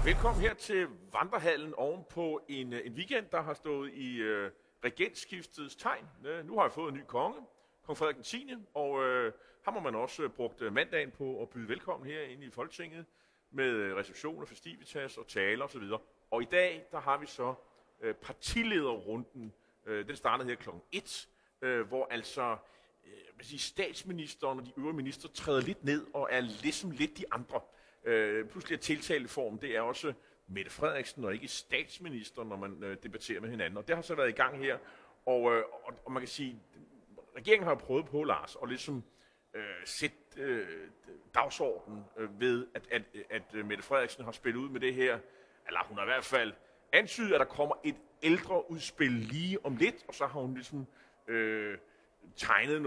Velkommen her til Vandrehallen oven på en weekend, der har stået i regentskiftets tegn. Nu har jeg fået en ny konge, kong Frederik den 10. Og ham har man også brugt mandagen på at byde velkommen herinde i Folketinget med receptioner, festivitas og taler osv. Og i dag, der har vi så partilederrunden. Den startede her klokken 1, hvor altså statsministeren og de øvrige minister træder lidt ned og er ligesom lidt de andre. Pludselig er tiltaleform, det er også Mette Frederiksen og ikke statsminister, når man debatterer med hinanden. Og det har så været i gang her. Og man kan sige, regeringen har prøvet på, Lars, at ligesom sætte dagsordenen ved, at Mette Frederiksen har spillet ud med det her. Eller hun har i hvert fald antydet, at der kommer et ældreudspil lige om lidt, og så har hun ligesom tegnet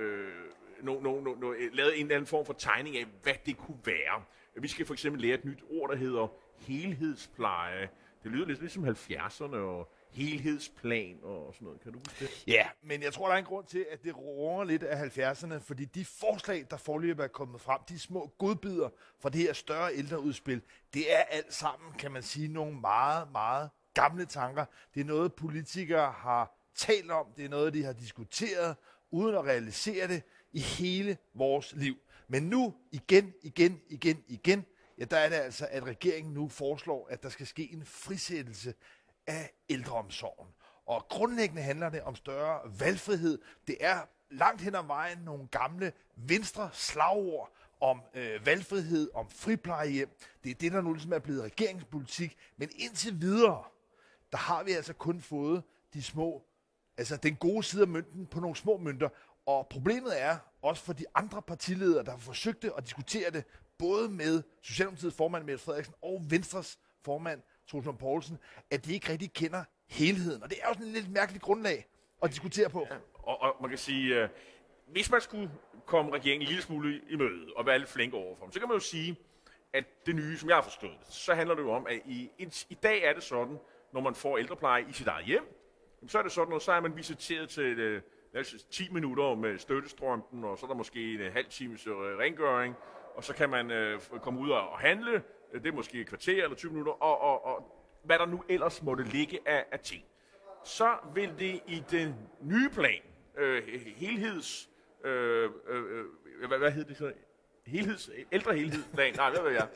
lavet en eller anden form for tegning af, hvad det kunne være. Vi skal for eksempel lære et nyt ord, der hedder helhedspleje. Det lyder lidt ligesom 70'erne og helhedsplan og sådan noget. Kan du huske det? Ja, men jeg tror, der er en grund til, at det roer lidt af 70'erne, fordi de forslag, der forløbet er kommet frem, de små godbidder fra det her større ældreudspil, det er alt sammen, kan man sige, nogle meget, meget gamle tanker. Det er noget, politikere har talt om, det er noget, de har diskuteret, uden at realisere det i hele vores liv. Men nu, igen, ja, der er det altså, at regeringen nu foreslår, at der skal ske en frisættelse af ældreomsorgen. Og grundlæggende handler det om større valgfrihed. Det er langt hen ad vejen nogle gamle venstre slagord om valgfrihed, om friplejehjem. Det er det, der nu ligesom er blevet regeringspolitik. Men indtil videre, der har vi altså kun fået de små, altså den gode side af mønten på nogle små mønter. Og problemet er også for de andre partiledere, der har forsøgt at diskutere det, både med Socialdemokratiets formand Mette Frederiksen og Venstres formand Troels Lund Poulsen, at de ikke rigtig kender helheden. Og det er jo sådan et lidt mærkeligt grundlag at diskutere på. Ja, og man kan sige, hvis man skulle komme regeringen en lille smule i møde og være lidt flink overfor dem, så kan man jo sige, at det nye, som jeg har forstået det, så handler det jo om, at i dag er det sådan, når man får ældrepleje i sit eget hjem, så er det sådan, og så er man visiteret til 10 minutter med støttestrømpen, og så er der måske en halv times rengøring, og så kan man komme ud og handle, det er måske et kvarter eller 20 minutter, og hvad der nu ellers måtte ligge af ting. Så vil det i den nye plan, hvad hedder det så? Ældrehelhedsplan, nej, hvad ved jeg.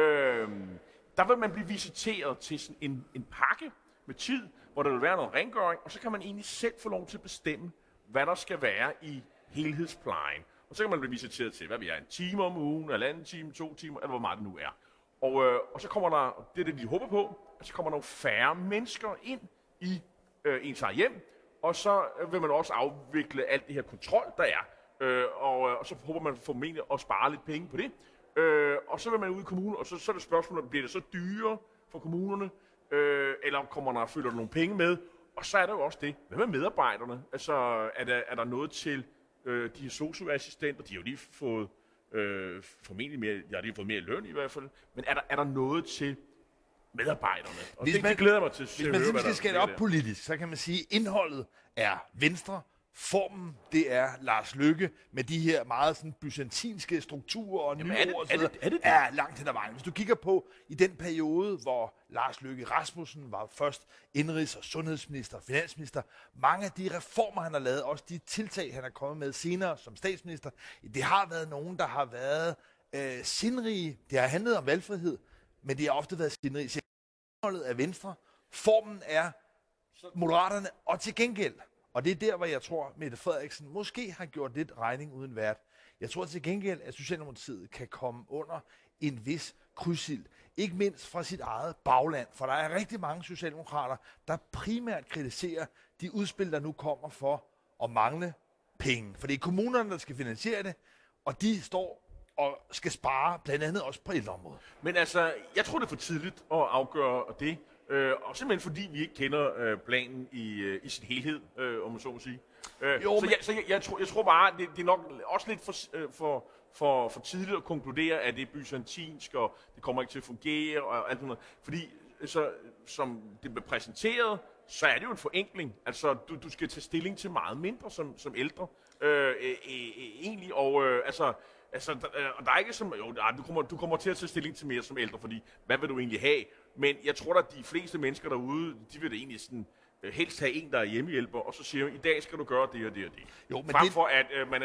Der vil man blive visiteret til sådan en pakke med tid, hvor der vil være noget rengøring, og så kan man egentlig selv få lov til at bestemme, hvad der skal være i helhedsplejen. Og så kan man blive visiteret til, hvad vi er, en time om ugen, eller anden time, 2 timer, eller hvor meget det nu er. Og så kommer der, det er det, vi håber på, at så kommer der nogle færre mennesker ind i ens eget hjem, og så vil man også afvikle alt det her kontrol, der er. Og så håber man formentlig at spare lidt penge på det. Og så vil man ud i kommunen, og så er det spørgsmålet, bliver det så dyre for kommunerne, eller følger der nogle penge med? Og så er der jo også det, hvad med medarbejderne? Altså, er der noget til de her sosu-assistenter? De har jo lige fået formentlig mere, jeg har lige fået mere løn i hvert fald. Men er der noget til medarbejderne? Og det glæder mig til at høre, hvis man skal skære op politisk, så kan man sige, at indholdet er Venstre. Formen, det er Lars Løkke med de her meget sådan byzantinske strukturer og nye ord er langt hen ad vejen. Hvis du kigger på i den periode, hvor Lars Løkke Rasmussen var først indrigs- og sundhedsminister og finansminister, mange af de reformer, han har lavet, også de tiltag, han er kommet med senere som statsminister, det har været nogen, der har været sindrige. Det har handlet om valgfrihed, men det har ofte været sindrige. Så indholdet er Venstre, formen er Moderaterne, og til gengæld, og det er der, hvor jeg tror, Mette Frederiksen måske har gjort lidt regning uden vært. Jeg tror til gengæld, at Socialdemokratiet kan komme under en vis krydsild. Ikke mindst fra sit eget bagland, for der er rigtig mange socialdemokrater, der primært kritiserer de udspil, der nu kommer for at mangle penge. For det er kommunerne, der skal finansiere det, og de står og skal spare blandt andet også på ældreområdet. Men altså, jeg tror, det er for tidligt at afgøre det. Og simpelthen fordi vi ikke kender planen i sin helhed, om man så må sige. Jeg tror bare, det er nok også lidt for tidligt at konkludere, at det er byzantinsk, og det kommer ikke til at fungere, og alt sådan noget. Fordi som det blev præsenteret, så er det jo en forenkling. Altså, du skal tage stilling til meget mindre som ældre, egentlig, og og der er ikke som, du kommer til at tage stilling til mere som ældre, fordi, hvad vil du egentlig have? Men jeg tror, at de fleste mennesker derude, de vil det egentlig sådan, helst have en, der er hjemmehjælper, og så siger i dag skal du gøre det og det og det. Jo, men frem for,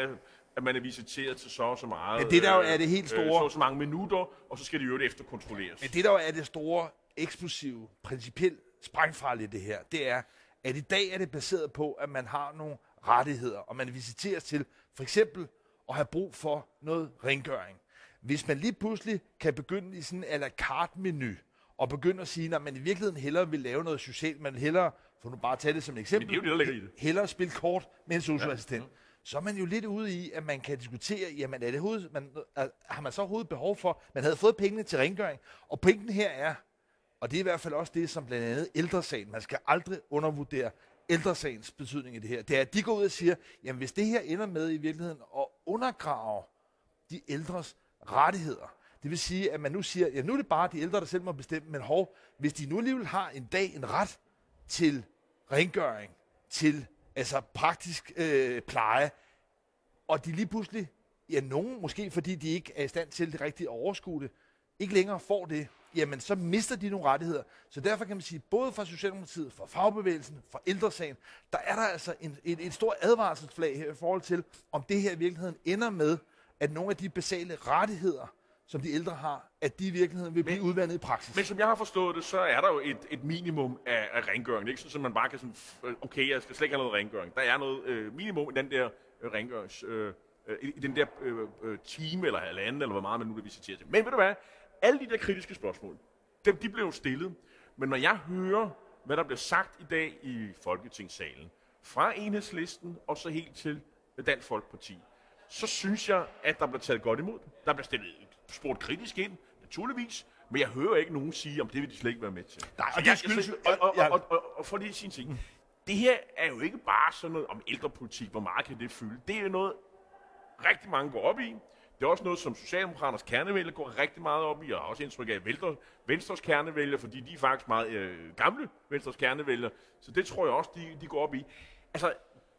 at man er visiteret til så meget. Men det der jo er det helt store... så mange minutter, og så skal det jo efterkontrolleres. Men det der jo er det store, eksplosive, principielt sprængfarlige det her, det er, at i dag er det baseret på, at man har nogle rettigheder, og man visiteres til for eksempel at have brug for noget rengøring. Hvis man lige pludselig kan begynde i sådan en à la carte menu, og begynde at sige, at man i virkeligheden hellere vil lave noget socialt, man hellere, for nu bare tage det som et eksempel, men det er jo det, der ligger i det. Hellere spille kort med en socialassistent, så er man jo lidt ude i, at man kan diskutere, jamen er det har man så overhovedet behov for, man havde fået pengene til rengøring, og pointen her er, og det er i hvert fald også det, som blandt andet ældresagen, man skal aldrig undervurdere ældresagens betydning i det her, det er, at de går ud og siger, jamen hvis det her ender med i virkeligheden at undergrave de ældres rettigheder, det vil sige, at man nu siger, ja nu er det bare de ældre, der selv må bestemme, men hvis de nu alligevel har en dag en ret til rengøring, til altså praktisk pleje, og de lige pludselig, ja nogen måske fordi de ikke er i stand til det rigtige overskue det, ikke længere får det, jamen så mister de nogle rettigheder. Så derfor kan man sige, både fra Socialdemokratiet, fra fagbevægelsen, fra ældresagen, der er der altså et stort advarselsflag her i forhold til, om det her i virkeligheden ender med, at nogle af de basale rettigheder, som de ældre har, at de i virkeligheden vil blive udvandet i praksis. Men som jeg har forstået det, så er der jo et minimum af rengøring. Ikke sådan, at man bare kan sådan, okay, jeg skal slet ikke have noget rengøring. Der er noget minimum i den der rengørings... i den der time eller halvanden, eller hvor meget man nu vil visitere til. Men ved du hvad? Alle de der kritiske spørgsmål, de blev jo stillet. Men når jeg hører, hvad der bliver sagt i dag i Folketingssalen, fra Enhedslisten og så helt til Dansk Folkeparti, så synes jeg, at der bliver taget godt imod. Der bliver stillet spurgt kritisk ind, naturligvis, men jeg hører ikke nogen sige, om det vil de slet ikke være med til. Nej, og for lige at sige en ting. Det her er jo ikke bare sådan noget om ældrepolitik, hvor meget kan det fylde. Det er jo noget, rigtig mange går op i. Det er også noget, som Socialdemokraternes kernevælger går rigtig meget op i, og også indtryk af Venstres kernevælger, fordi de er faktisk meget gamle Venstres kernevælger. Så det tror jeg også, de går op i. Altså,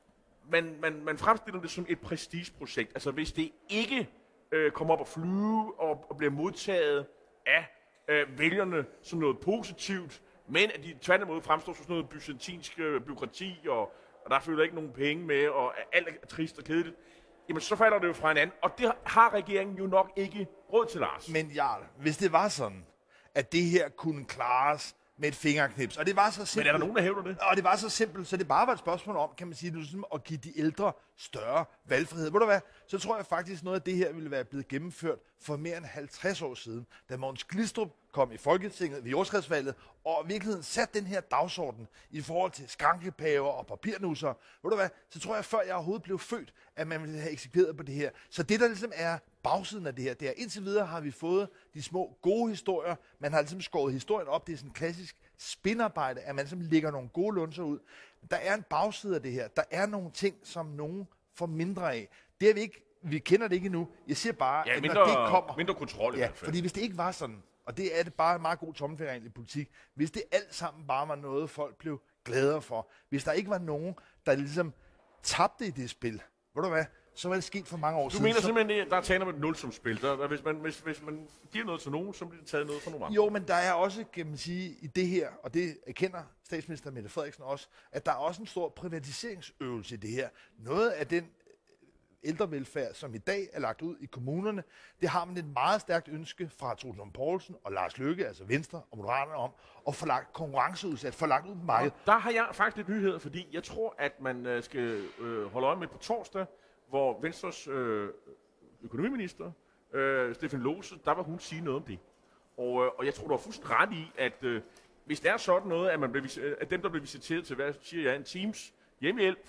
man fremstiller det som et prestigeprojekt. Altså, hvis det ikke kommer op og flyve og bliver modtaget af vælgerne som noget positivt, men at de tværtimod fremstår som sådan noget byzantinsk byråkrati, og der følger ikke nogen penge med, og alt er trist og kedeligt, jamen så falder det jo fra hinanden, og det har regeringen jo nok ikke råd til, Lars. Men Jarl, hvis det var sådan, at det her kunne klares med et fingerknips, og det var så simpelt... Men er der nogen, der hævder det? Og det var så simpelt, så det bare var et spørgsmål om, kan man sige, at give de ældre større valgfrihed. Ved du hvad? Så tror jeg faktisk, noget af det her ville være blevet gennemført for mere end 50 år siden, da Mogens Glistrup kom i Folketinget ved jordskredsvalget, og i virkeligheden satte den her dagsorden i forhold til skrankepaver og papirnusser. Ved du hvad? Så tror jeg, før jeg overhovedet blev født, at man ville have eksekveret på det her. Så det, der ligesom er bagsiden af det her, det er, indtil videre har vi fået de små gode historier. Man har ligesom skåret historien op. Det er sådan en klassisk spinarbejde, at man ligesom lægger nogle gode lunser ud. Der er en bagside af det her. Der er nogle ting, som nogen får mindre af. Det er vi kender det ikke endnu. Jeg siger bare, ja, at mindre, når det kommer... mindre kontrol i hvert fald. Fordi hvis det ikke var sådan, og det er det bare en meget god tommelfingerregel i politik, hvis det alt sammen bare var noget, folk blev gladere for, hvis der ikke var nogen, der ligesom tabte i det spil, ved du hvad, så var det sket for mange år siden. Du mener simpelthen, at der er tale om et nulsumsspil. Hvis man giver noget til nogen, så bliver det taget noget fra nogen andre. Jo, men der er også, kan man sige, i det her, og det erkender statsminister Mette Frederiksen også, at der er også en stor privatiseringsøvelse i det her. Noget af den ældrevelfærd, som i dag er lagt ud i kommunerne, det har man et meget stærkt ønske fra Troels Lund Poulsen og Lars Løkke, altså Venstre og Moderaterne, om at få lagt konkurrenceudsat, få lagt ud på markedet. Der har jeg faktisk lidt nyheder, fordi jeg tror, at man skal holde øje med på torsdag, hvor Venstres økonomiminister, Steffen Lose, der var hun sige noget om det. Og jeg tror, du har fuldstændig ret i, at hvis det er sådan noget, at dem, der bliver visiteret til, hvad siger jeg, en teams hjemmehjælp,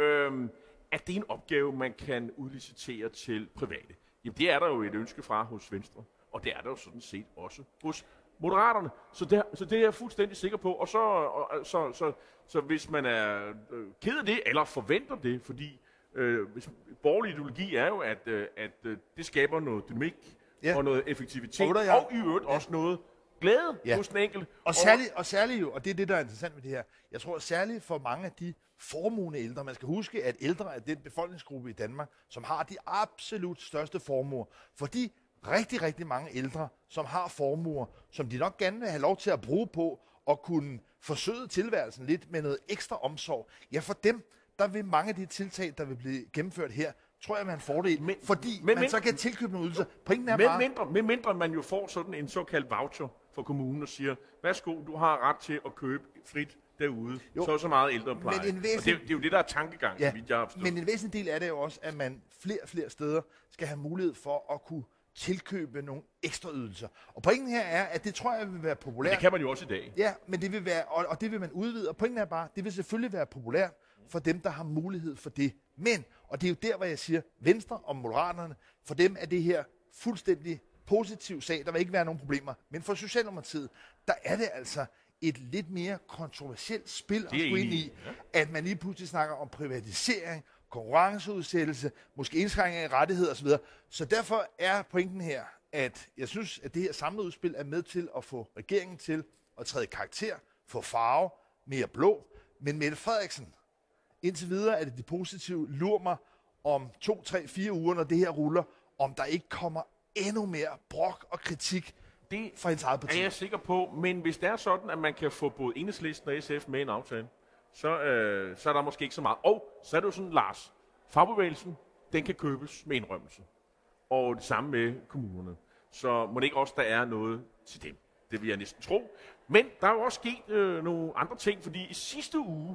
at det er en opgave, man kan udlicitere til private. Jamen, det er der jo et ønske fra hos Venstre, og det er der jo sådan set også hos Moderaterne. Så det er jeg fuldstændig sikker på. Og så hvis man er ked af det, eller forventer det, fordi borgerlig ideologi er jo, at det skaber noget dynamik og noget effektivitet, og i øvrigt også noget glæde hos den enkelte. Og særligt jo, og det er det, der er interessant med det her, jeg tror særligt for mange af de formuende ældre, man skal huske, at ældre er den befolkningsgruppe i Danmark, som har de absolut største formuer, fordi rigtig, rigtig mange ældre, som har formuer, som de nok gerne vil have lov til at bruge på at kunne forsøge tilværelsen lidt med noget ekstra omsorg. Ja, for dem, der vil mange af de tiltag, der vil blive gennemført her, tror jeg, man en fordel, fordi man så kan tilkøbe nogle ydelser. Pointen er bare... Mindre man jo får sådan en såkaldt voucher for kommunen og siger, værsgo, du har ret til at købe frit derude, så meget ældrepleje. Det er jo det, der er tankegang, så vidt jeg har forstået. Men en væsentlig del af det er jo også, at man flere steder skal have mulighed for at kunne tilkøbe nogle ekstra ydelser. Og pointen her er, at det tror jeg vil være populært. Men det kan man jo også i dag. Ja, men det vil være, og det vil man udvide. Og pointen er bare, det vil selvfølgelig være populært for dem, der har mulighed for det. Men, og det er jo der, hvor jeg siger, Venstre og Moderaterne, for dem er det her fuldstændig positiv sag. Der vil ikke være nogen problemer. Men for Socialdemokratiet, der er det altså et lidt mere kontroversielt spil at gå ind i, at man lige pludselig snakker om privatisering, konkurrenceudsættelse, måske indskrænkning af rettigheder osv. Så derfor er pointen her, at jeg synes, at det her samlede udspil er med til at få regeringen til at træde karakter, få farve, mere blå. Men Mette Frederiksen, indtil videre er det positive, lurer mig om 2, 3, 4 uger, når det her ruller, om der ikke kommer endnu mere brok og kritik fra hendes eget parti. Det er jeg sikker på, men hvis det er sådan, at man kan få både Enhedslisten og SF med i en aftale, så er der måske ikke så meget. Og så er det jo sådan, Lars, fagbevægelsen, den kan købes med indrømmelse. Og det samme med kommunerne. Så må det ikke også, der er noget til dem. Det vil jeg næsten tro. Men der er jo også sket nogle andre ting, fordi i sidste uge,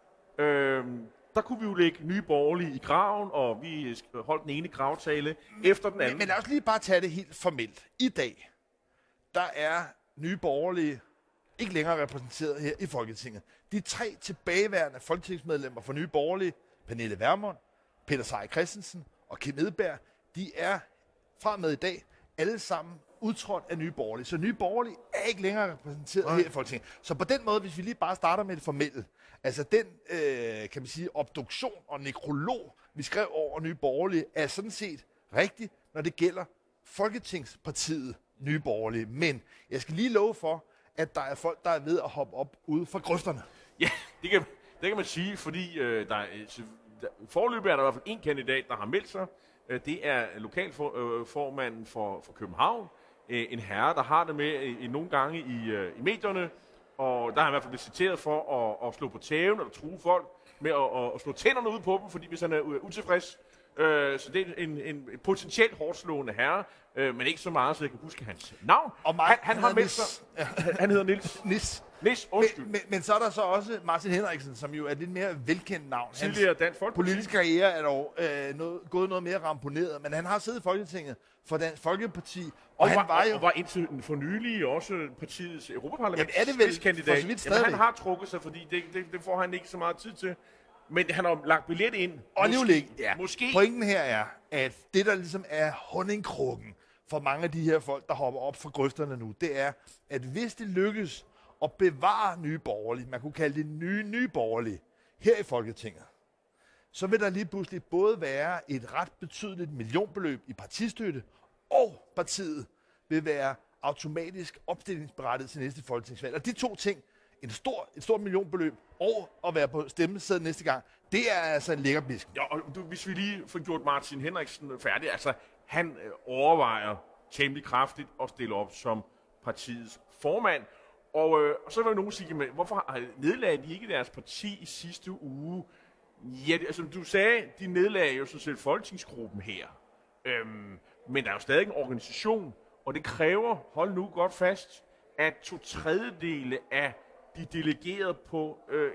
der kunne vi jo lægge Nye Borgerlige i graven, og vi holdt den ene gravtale efter den anden. Men lad os lige bare tage det helt formelt. I dag, der er Nye Borgerlige ikke længere repræsenteret her i Folketinget. De 3 tilbageværende folketingsmedlemmer for Nye Borgerlige, Pernille Vermund, Peter Seier Christensen og Kim Edberg, de er fra med i dag alle sammen udtrådt af Nye Borgerlige. Så Nye Borgerlige er ikke længere repræsenteret her i Folketinget. Så på den måde, hvis vi lige bare starter med det formelle, altså den, kan man sige, obduktion og nekrolog, vi skrev over Nye Borgerlige, er sådan set rigtigt, når det gælder Folketingspartiet Nye Borgerlige. Men jeg skal lige love for, at der er folk, der er ved at hoppe op ude fra grøfterne. Ja, det kan man sige, fordi foreløbig er der i hvert fald en kandidat, der har meldt sig. Det er lokalformanden for København. En herre, der har det med nogle gange i medierne. Og der har han i hvert fald blevet citeret for at slå på tæven eller true folk med at slå tænderne ud på dem, fordi hvis han er utilfreds. Så det er en potentielt hårdslående herre, men ikke så meget, så jeg kan huske hans navn. Og han har meldt sig. Han hedder Niels. Niels, undskyld. Men så er der så også Martin Henriksen, som jo er et lidt mere velkendt navn. Tidligere Dansk Folkeparti. Politisk karriere er dog gået noget mere ramponeret, men han har siddet i Folketinget for Dansk Folkeparti, og han var indtil for nylig også partiets europaparlaments spidskandidat. For så vidt han har trukket sig, fordi det får han ikke så meget tid til. Men han har lagt billet ind. Og måske. Pointen her er, at det der ligesom er honningkrukken for mange af de her folk, der hopper op fra grøfterne nu, det er, at hvis det lykkes at bevare Nye Borgerlige, man kunne kalde det nye Borgerlige, her i Folketinget, så vil der lige pludselig både være et ret betydeligt millionbeløb i partistøtte, og partiet vil være automatisk opstillingsberettiget til næste folketingsvalg. Og de to ting, et stort millionbeløb og at være på stemmesedlen næste gang, det er altså en lækker bisk. Ja, og hvis vi lige får gjort Martin Henriksen færdig, altså han overvejer temmelig kraftigt at stille op som partiets formand. Og så vil jo nogen sige, hvorfor nedlagde de ikke deres parti i sidste uge? Ja, altså du sagde, de nedlagde jo sådan set folketingsgruppen her. Men der er jo stadig en organisation, og det kræver, hold nu godt fast, at 2/3 af de delegerede på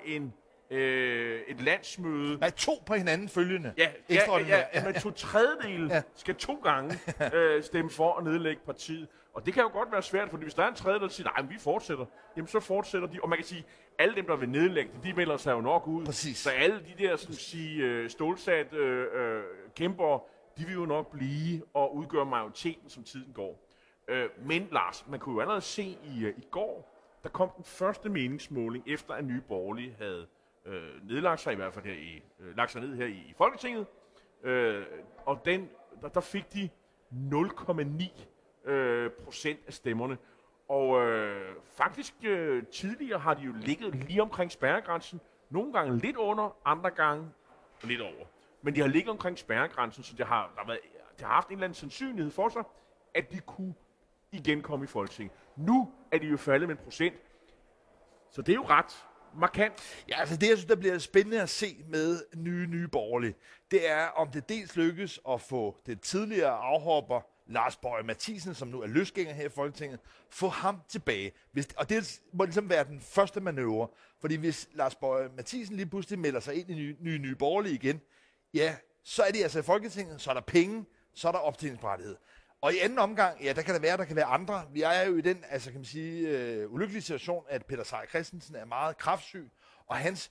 et landsmøde... Nej, 2 på hinanden følgende. Ja, men 2/3 skal 2 gange stemme for at nedlægge partiet. Og det kan jo godt være svært, for hvis der er en tredje, der siger, nej, vi fortsætter, jamen så fortsætter de. Og man kan sige, alle dem, der vil nedlægge det, de melder sig jo nok ud. Præcis. Så alle de der, sådan sige, stålsat kæmper, de vil jo nok blive og udgøre majoriteten, som tiden går. Men Lars, man kunne jo allerede se i går, der kom den første meningsmåling, efter at Nye Borgerlige havde nedlagt sig, i hvert fald her lagt sig ned her i Folketinget. Og der fik de 0,9% af stemmerne. Og faktisk tidligere har de jo ligget lige omkring spærregrænsen. Nogle gange lidt under, andre gange lidt over. Men de har ligget omkring spærregrænsen, så det har haft en eller anden sandsynlighed for sig, at de kunne igen komme i Folketinget. Nu er de jo faldet med 1%. Så det er jo ret markant. Ja, altså det, jeg synes, der bliver spændende at se med nye borgerlige, det er, om det dels lykkes at få det tidligere afhopper, Lars Boje Mathiesen, som nu er løsgænger her i Folketinget, få ham tilbage. Og det må ligesom være den første manøvre. Fordi hvis Lars Boje Mathiesen lige pludselig melder sig ind i nye borgerlige igen, ja, så er de altså i Folketinget, så er der penge, så er der opstillingsberettighed. Og i anden omgang, ja, der kan være andre. Vi er jo i den, altså kan man sige, ulykkelige situation, at Peter Seier Christensen er meget kraftsyg, og hans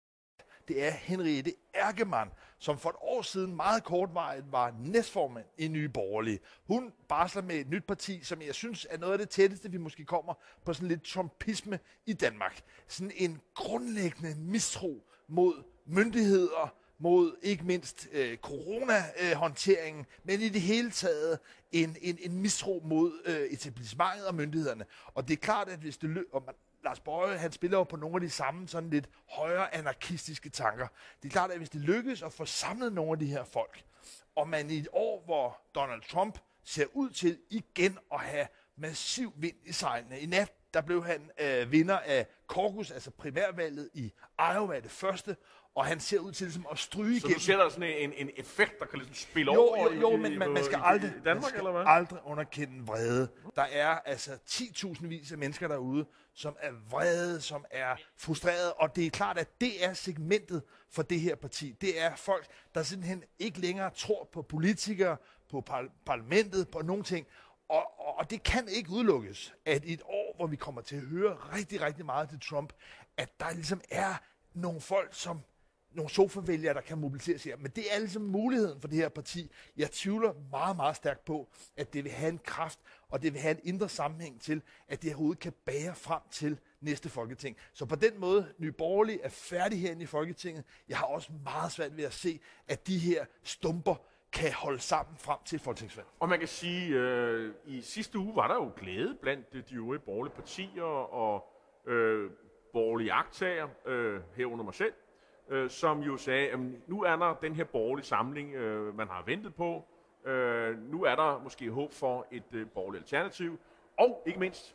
det er Henriette Erkemann, som for et år siden meget kortvarigt var næstformand i Nye Borgerlige. Hun barsler med et nyt parti, som jeg synes er noget af det tætteste, vi måske kommer på sådan lidt trumpisme i Danmark. Sådan en grundlæggende mistro mod myndigheder, mod ikke mindst corona-håndteringen, men i det hele taget en mistro mod etablissementet og myndighederne. Og det er klart, at hvis det Lars Boje, han spiller jo på nogle af de samme sådan lidt højere anarkistiske tanker. Det er klart, at hvis det lykkes at få samlet nogle af de her folk, og man i et år, hvor Donald Trump ser ud til igen at have massiv vind i sejlene. I nat, der blev han vinder af caucus, altså primærvalget i Iowa, det første, og han ser ud til ligesom at stryge igennem. Så du ser der sådan en effekt, der kan ligesom spille jo, over jo, men man skal aldrig, i Danmark, eller hvad? aldrig underkende vrede. Der er altså 10.000 vis af mennesker derude, som er vrede, som er frustrerede, og det er klart, at det er segmentet for det her parti. Det er folk, der simpelthen ikke længere tror på politikere, på parlamentet, på nogle ting. Og det kan ikke udelukkes, at i et år, hvor vi kommer til at høre rigtig, rigtig meget til Trump, at der ligesom er nogle folk, som nogle sofavælgere, der kan mobiliseres her. Men det er ligesom muligheden for det her parti. Jeg tvivler meget, meget stærkt på, at det vil have en kraft, og det vil have en indre sammenhæng til, at det overhovedet kan bære frem til næste Folketing. Så på den måde, Nye Borgerlige er færdige herinde i Folketinget. Jeg har også meget svært ved at se, at de her stumper kan holde sammen frem til folketingsvalg. Og man kan sige, i sidste uge var der jo glæde blandt de øvrige borgerlige partier og borgerlige agtagere, herunder mig selv, som jo sagde, at nu er der den her borgerlige samling, man har ventet på. Nu er der måske håb for et borgerligt alternativ. Og ikke mindst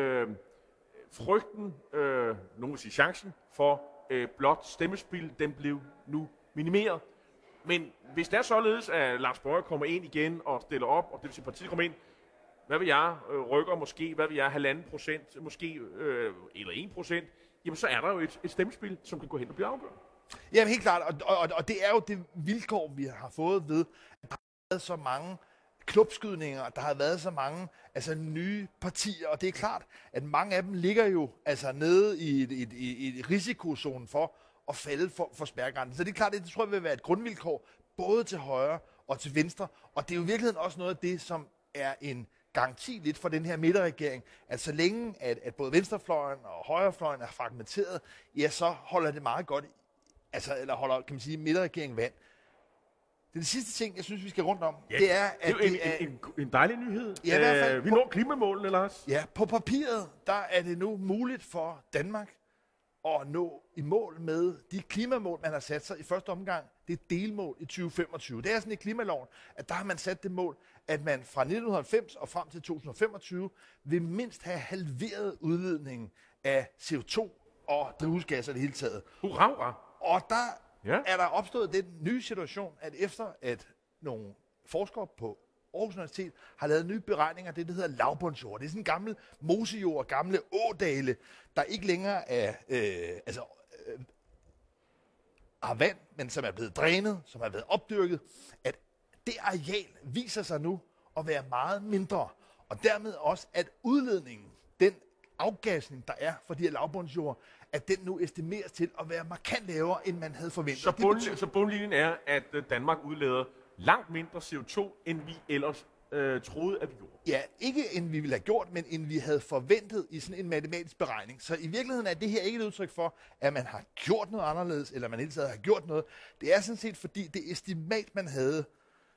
frygten, nogen vil sige chancen, for blot stemmespil, den blev nu minimeret. Men hvis det er således, at Lars Boje kommer ind igen og stiller op, og det vil sige, partiet kommer ind, hvad vil jeg, rykker måske, hvad vil jeg, 1,5%, måske, eller 1%, jamen så er der jo et stemmespil, som kan gå hen og blive afgjort. Jamen helt klart, og det er jo det vilkår, vi har fået ved, at der har været så mange klubskydninger, der har været så mange nye partier, og det er klart, at mange af dem ligger jo nede i risikozonen for at falde for spærregrænsen. Så det er klart, at det tror jeg vil være et grundvilkår, både til højre og til venstre, og det er jo i virkeligheden også noget af det, som er en garanti lidt for den her midterregering, at så længe at både venstrefløjen og højrefløjen er fragmenteret, ja, så holder det meget godt, eller holder, kan man sige, midterregeringen vand. Den sidste ting, jeg synes, vi skal rundt om, ja, det er, at det er en dejlig nyhed. Ja, i hvert fald, vi når klimamålene, Lars. Ja, på papiret, der er det nu muligt for Danmark at nå i mål med de klimamål, man har sat sig i første omgang. Det er delmål i 2025. Det er sådan i klimaloven, at der har man sat det mål, at man fra 1990 og frem til 2025 vil mindst have halveret udledningen af CO2 og drivhusgasser i det hele taget. Hurra, hurra. Og der er der opstået den nye situation, at efter at nogle forskere på Aarhus Universitet har lavet nye beregninger, det hedder lavbundsjord. Det er sådan en gammel mosejord, gamle ådale, der ikke længere er, har vand, men som er blevet drænet, som er blevet opdyrket, at det areal viser sig nu at være meget mindre, og dermed også, at udledningen, den afgasning, der er for de her lavbundsjord, at den nu estimeres til at være markant lavere, end man havde forventet. Så bundlinjen er, at Danmark udleder langt mindre CO2, end vi ellers troede, at vi gjorde. Ja, ikke end vi ville have gjort, men end vi havde forventet i sådan en matematisk beregning. Så i virkeligheden er det her ikke et udtryk for, at man har gjort noget anderledes, eller man hele tiden har gjort noget. Det er sådan set, fordi det estimat, man havde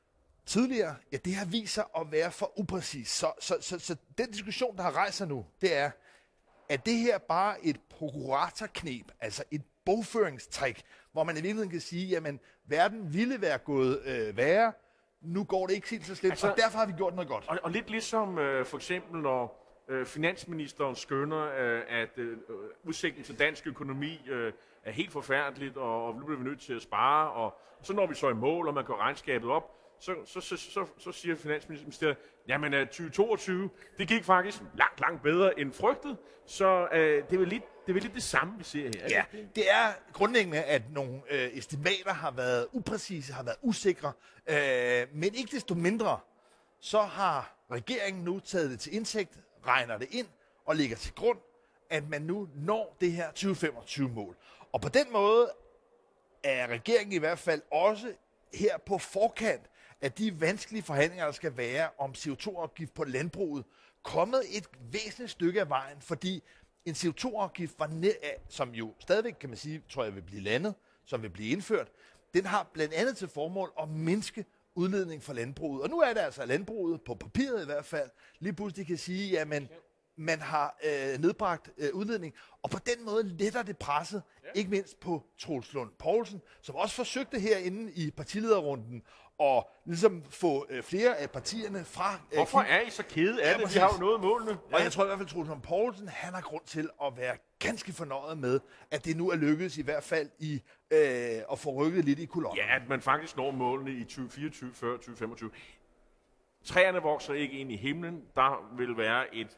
tidligere, ja, det har vist sig at være for upræcis. Så den diskussion, der har rejst sig nu, det er det her bare et prokuratorkneb, altså et bogføringstrik, hvor man i virkeligheden kan sige, jamen, verden ville være gået værre, nu går det ikke helt så slemt, altså, og derfor har vi gjort noget godt. Og lidt ligesom for eksempel, når finansministeren skønner, at udsigten til dansk økonomi er helt forfærdeligt, og nu bliver vi nødt til at spare, og så når vi så i mål, og man går regnskabet op, så siger Finansministeriet, jamen 2022, det gik faktisk langt bedre end frygtet, så det er vel lidt det samme, vi ser her. Ja, det er grundlæggende, at nogle estimater har været upræcise, har været usikre, men ikke desto mindre, så har regeringen nu taget det til indtægt, regner det ind og lægger til grund, at man nu når det her 2025-mål. Og på den måde er regeringen i hvert fald også her på forkant af de vanskelige forhandlinger, der skal være om CO2-afgift på landbruget, kommet et væsentligt stykke af vejen, fordi en CO2-afgift, som jo stadigvæk, kan man sige, tror jeg vil blive landet, som vil blive indført, den har blandt andet til formål at mindske udledning fra landbruget. Og nu er det altså landbruget, på papiret i hvert fald, lige pludselig kan sige, jamen, man har nedbragt udledning, og på den måde letter det presset, ikke mindst på Troels Lund Poulsen, som også forsøgte herinde i partilederrunden og ligesom få flere af partierne fra... Hvorfor er I så kede af det? Vi har jo nået målene. Ja. Og jeg tror i hvert fald, Troels Lund Poulsen, han har grund til at være ganske fornøjet med, at det nu er lykkedes i hvert fald i at få rykket lidt i kolonnen. Ja, at man faktisk når målene i 2024 før 2025. Træerne vokser ikke ind i himlen. Der vil være et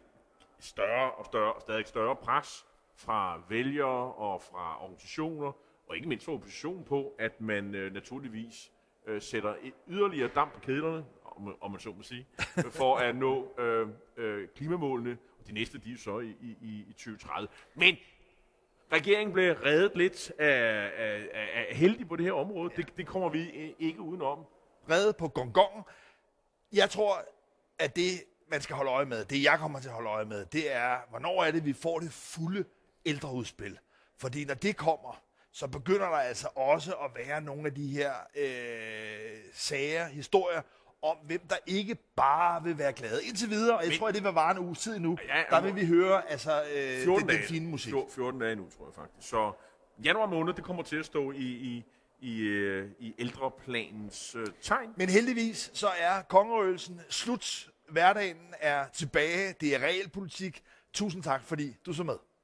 stadig større pres fra vælgere og fra organisationer, og ikke mindst fra oppositionen på, at man naturligvis sætter yderligere damp på kedlerne, om man så må sige, for at nå klimamålene. Og de næste, de er så i 2030. Men regeringen blev reddet lidt af heldig på det her område. Ja. Det kommer vi ikke udenom. Reddet på gongongen. Jeg tror, at det, man skal holde øje med, det jeg kommer til at holde øje med, det er, hvornår er det, vi får det fulde ældreudspil. Fordi når det kommer, så begynder der altså også at være nogle af de her sager, historier, om hvem der ikke bare vil være glade. Indtil videre, og jeg tror, at det vil vare en uge tid nu, der vil vi høre altså, den fine musik. 14 dage nu, tror jeg faktisk. Så januar måned, det kommer til at stå i ældreplanens tegn. Men heldigvis, så er kongerøgelsen slut. Hverdagen er tilbage. Det er realpolitik. Tusind tak, fordi du så med.